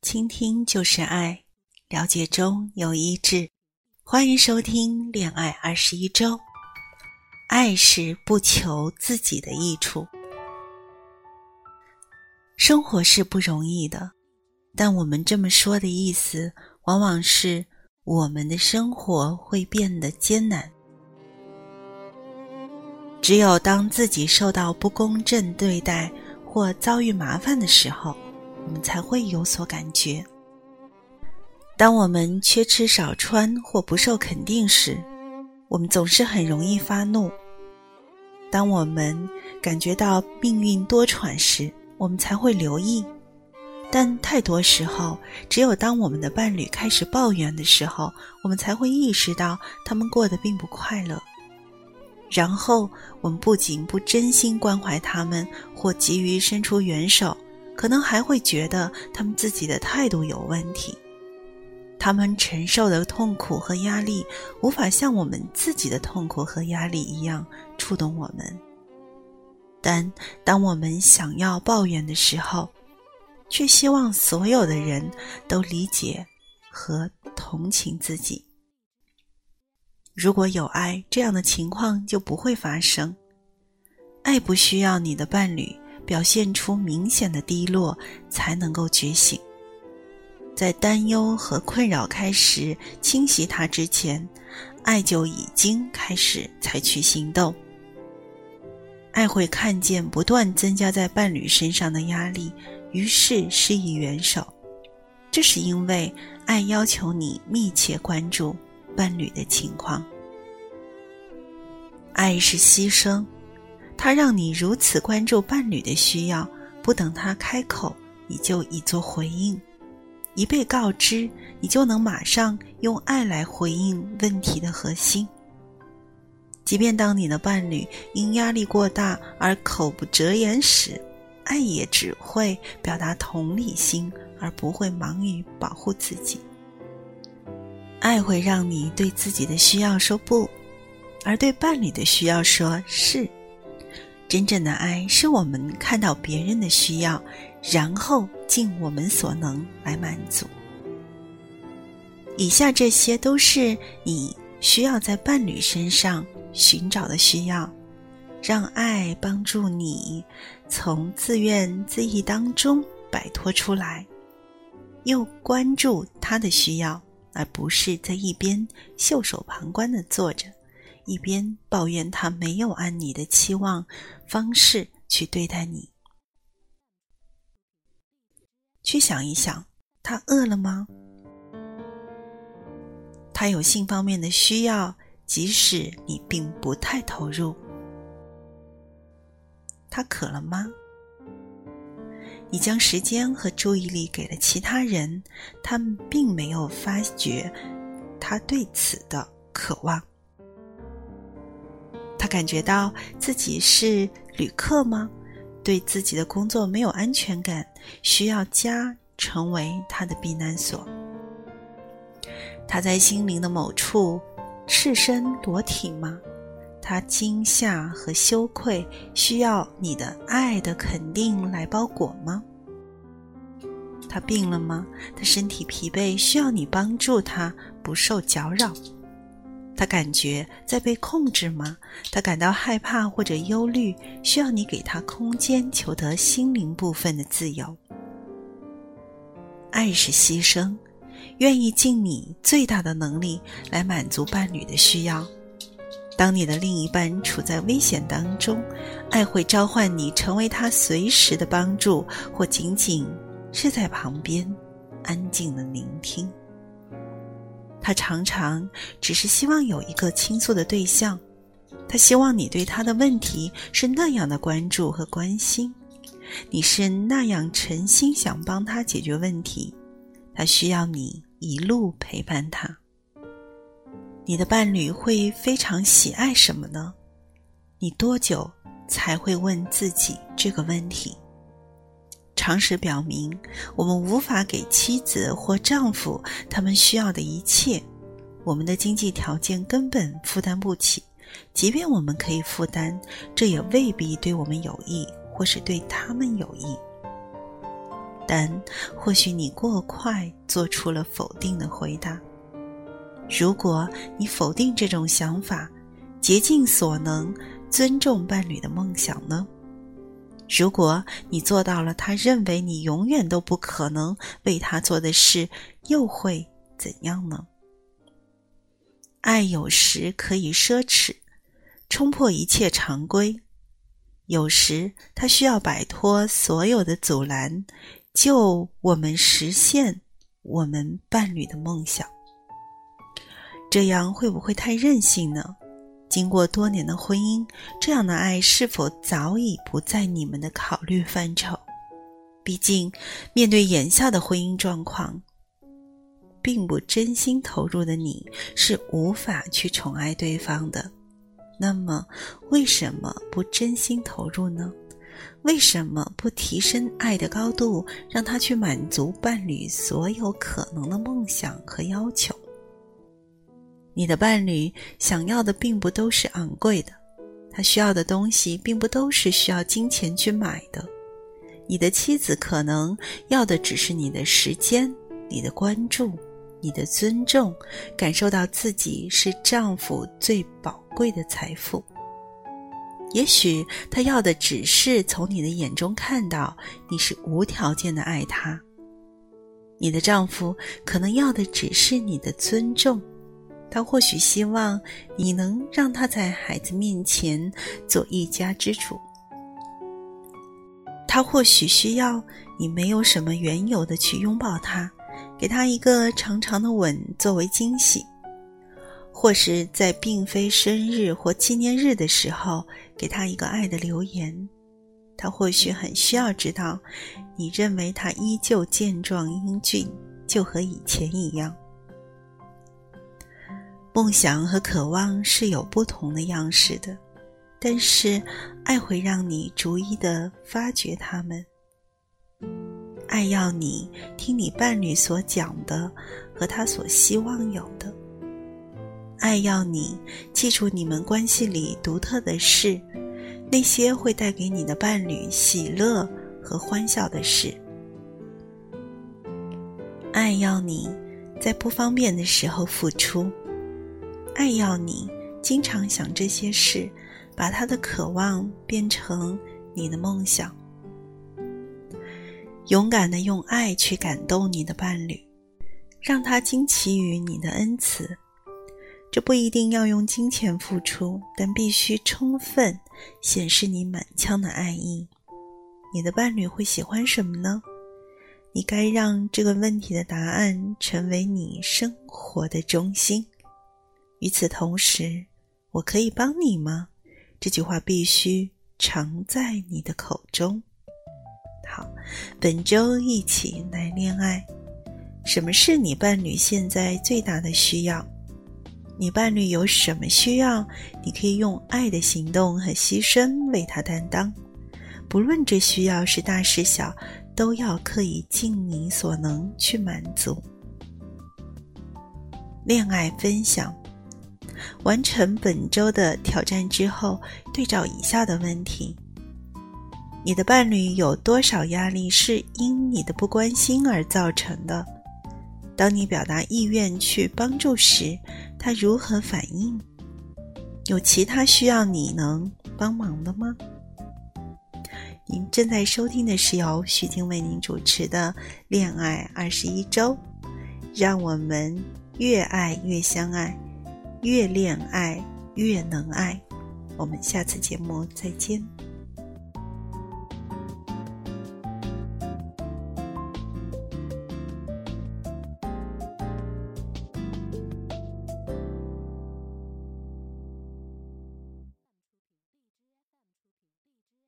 倾听就是爱，了解中有医治。欢迎收听恋爱21周。爱是不求自己的益处。生活是不容易的，但我们这么说的意思，往往是我们的生活会变得艰难。只有当自己受到不公正对待或遭遇麻烦的时候，我们才会有所感觉。当我们缺吃少穿或不受肯定时，我们总是很容易发怒。当我们感觉到命运多舛时，我们才会留意。但太多时候，只有当我们的伴侣开始抱怨的时候，我们才会意识到他们过得并不快乐。然后我们不仅不真心关怀他们或急于伸出援手，可能还会觉得他们自己的态度有问题。他们承受的痛苦和压力无法像我们自己的痛苦和压力一样触动我们。但当我们想要抱怨的时候，却希望所有的人都理解和同情自己。如果有爱，这样的情况就不会发生。爱不需要你的伴侣表现出明显的低落才能够觉醒。在担忧和困扰开始侵袭他之前，爱就已经开始采取行动。爱会看见不断增加在伴侣身上的压力，于是施以援手。这是因为爱要求你密切关注伴侣的情况。爱是牺牲，它让你如此关注伴侣的需要，不等他开口，你就已做回应。一被告知，你就能马上用爱来回应问题的核心。即便当你的伴侣因压力过大而口不择言时，爱也只会表达同理心，而不会忙于保护自己。爱会让你对自己的需要说不，而对伴侣的需要说是。真正的爱是我们看到别人的需要，然后尽我们所能来满足。以下这些都是你需要在伴侣身上寻找的需要，让爱帮助你从自怨自艾当中摆脱出来，又关注他的需要，而不是在一边袖手旁观地坐着，一边抱怨他没有按你的期望方式去对待你。去想一想，他饿了吗？他有性方面的需要，即使你并不太投入。他渴了吗？你将时间和注意力给了其他人，他们并没有发觉他对此的渴望。他感觉到自己是旅客吗？对自己的工作没有安全感，需要家成为他的避难所。他在心灵的某处赤身裸体吗？他惊吓和羞愧，需要你的爱的肯定来包裹吗？他病了吗？他身体疲惫，需要你帮助他不受搅扰。他感觉在被控制吗？他感到害怕或者忧虑，需要你给他空间，求得心灵部分的自由。爱是牺牲，愿意尽你最大的能力来满足伴侣的需要。当你的另一半处在危险当中，爱会召唤你成为他随时的帮助，或仅仅是在旁边安静地聆听。他常常只是希望有一个倾诉的对象，他希望你对他的问题是那样的关注和关心，你是那样诚心想帮他解决问题，他需要你一路陪伴他。你的伴侣会非常喜爱什么呢？你多久才会问自己这个问题？常识表明，我们无法给妻子或丈夫他们需要的一切，我们的经济条件根本负担不起，即便我们可以负担，这也未必对我们有益，或是对他们有益。 但或许你过快做出了否定的回答。如果你否定这种想法，竭尽所能尊重伴侣的梦想呢？如果你做到了他认为你永远都不可能为他做的事，又会怎样呢？爱有时可以奢侈，冲破一切常规，有时它需要摆脱所有的阻拦，救我们实现我们伴侣的梦想。这样会不会太任性呢？经过多年的婚姻，这样的爱是否早已不在你们的考虑范畴？毕竟，面对眼下的婚姻状况，并不真心投入的你是无法去宠爱对方的。那么，为什么不真心投入呢？为什么不提升爱的高度，让他去满足伴侣所有可能的梦想和要求？你的伴侣想要的并不都是昂贵的，他需要的东西并不都是需要金钱去买的。你的妻子可能要的只是你的时间、你的关注、你的尊重，感受到自己是丈夫最宝贵的财富。也许他要的只是从你的眼中看到你是无条件的爱他。你的丈夫可能要的只是你的尊重，他或许希望你能让他在孩子面前做一家之主。他或许需要你没有什么缘由的去拥抱他，给他一个长长的吻作为惊喜，或是在并非生日或纪念日的时候给他一个爱的留言。他或许很需要知道你认为他依旧健壮英俊，就和以前一样。梦想和渴望是有不同的样式的，但是爱会让你逐一地发掘它们。爱要你听你伴侣所讲的和他所希望有的。爱要你记住你们关系里独特的事，那些会带给你的伴侣喜乐和欢笑的事。爱要你在不方便的时候付出。爱要你经常想这些事，把他的渴望变成你的梦想。勇敢地用爱去感动你的伴侣，让他惊奇于你的恩慈。这不一定要用金钱付出，但必须充分显示你满腔的爱意。你的伴侣会喜欢什么呢？你该让这个问题的答案成为你生活的中心。与此同时，我可以帮你吗？这句话必须常在你的口中。好，本周一起来恋爱。什么是你伴侣现在最大的需要？你伴侣有什么需要，你可以用爱的行动和牺牲为他担当。不论这需要是大是小，都要刻意尽你所能去满足。恋爱分享。完成本周的挑战之后，对照以下的问题：你的伴侣有多少压力是因你的不关心而造成的？当你表达意愿去帮助时，他如何反应？有其他需要你能帮忙的吗？您正在收听的是由徐静为您主持的恋爱21周，让我们越爱越相爱，越恋爱越能爱。我们下次节目再见。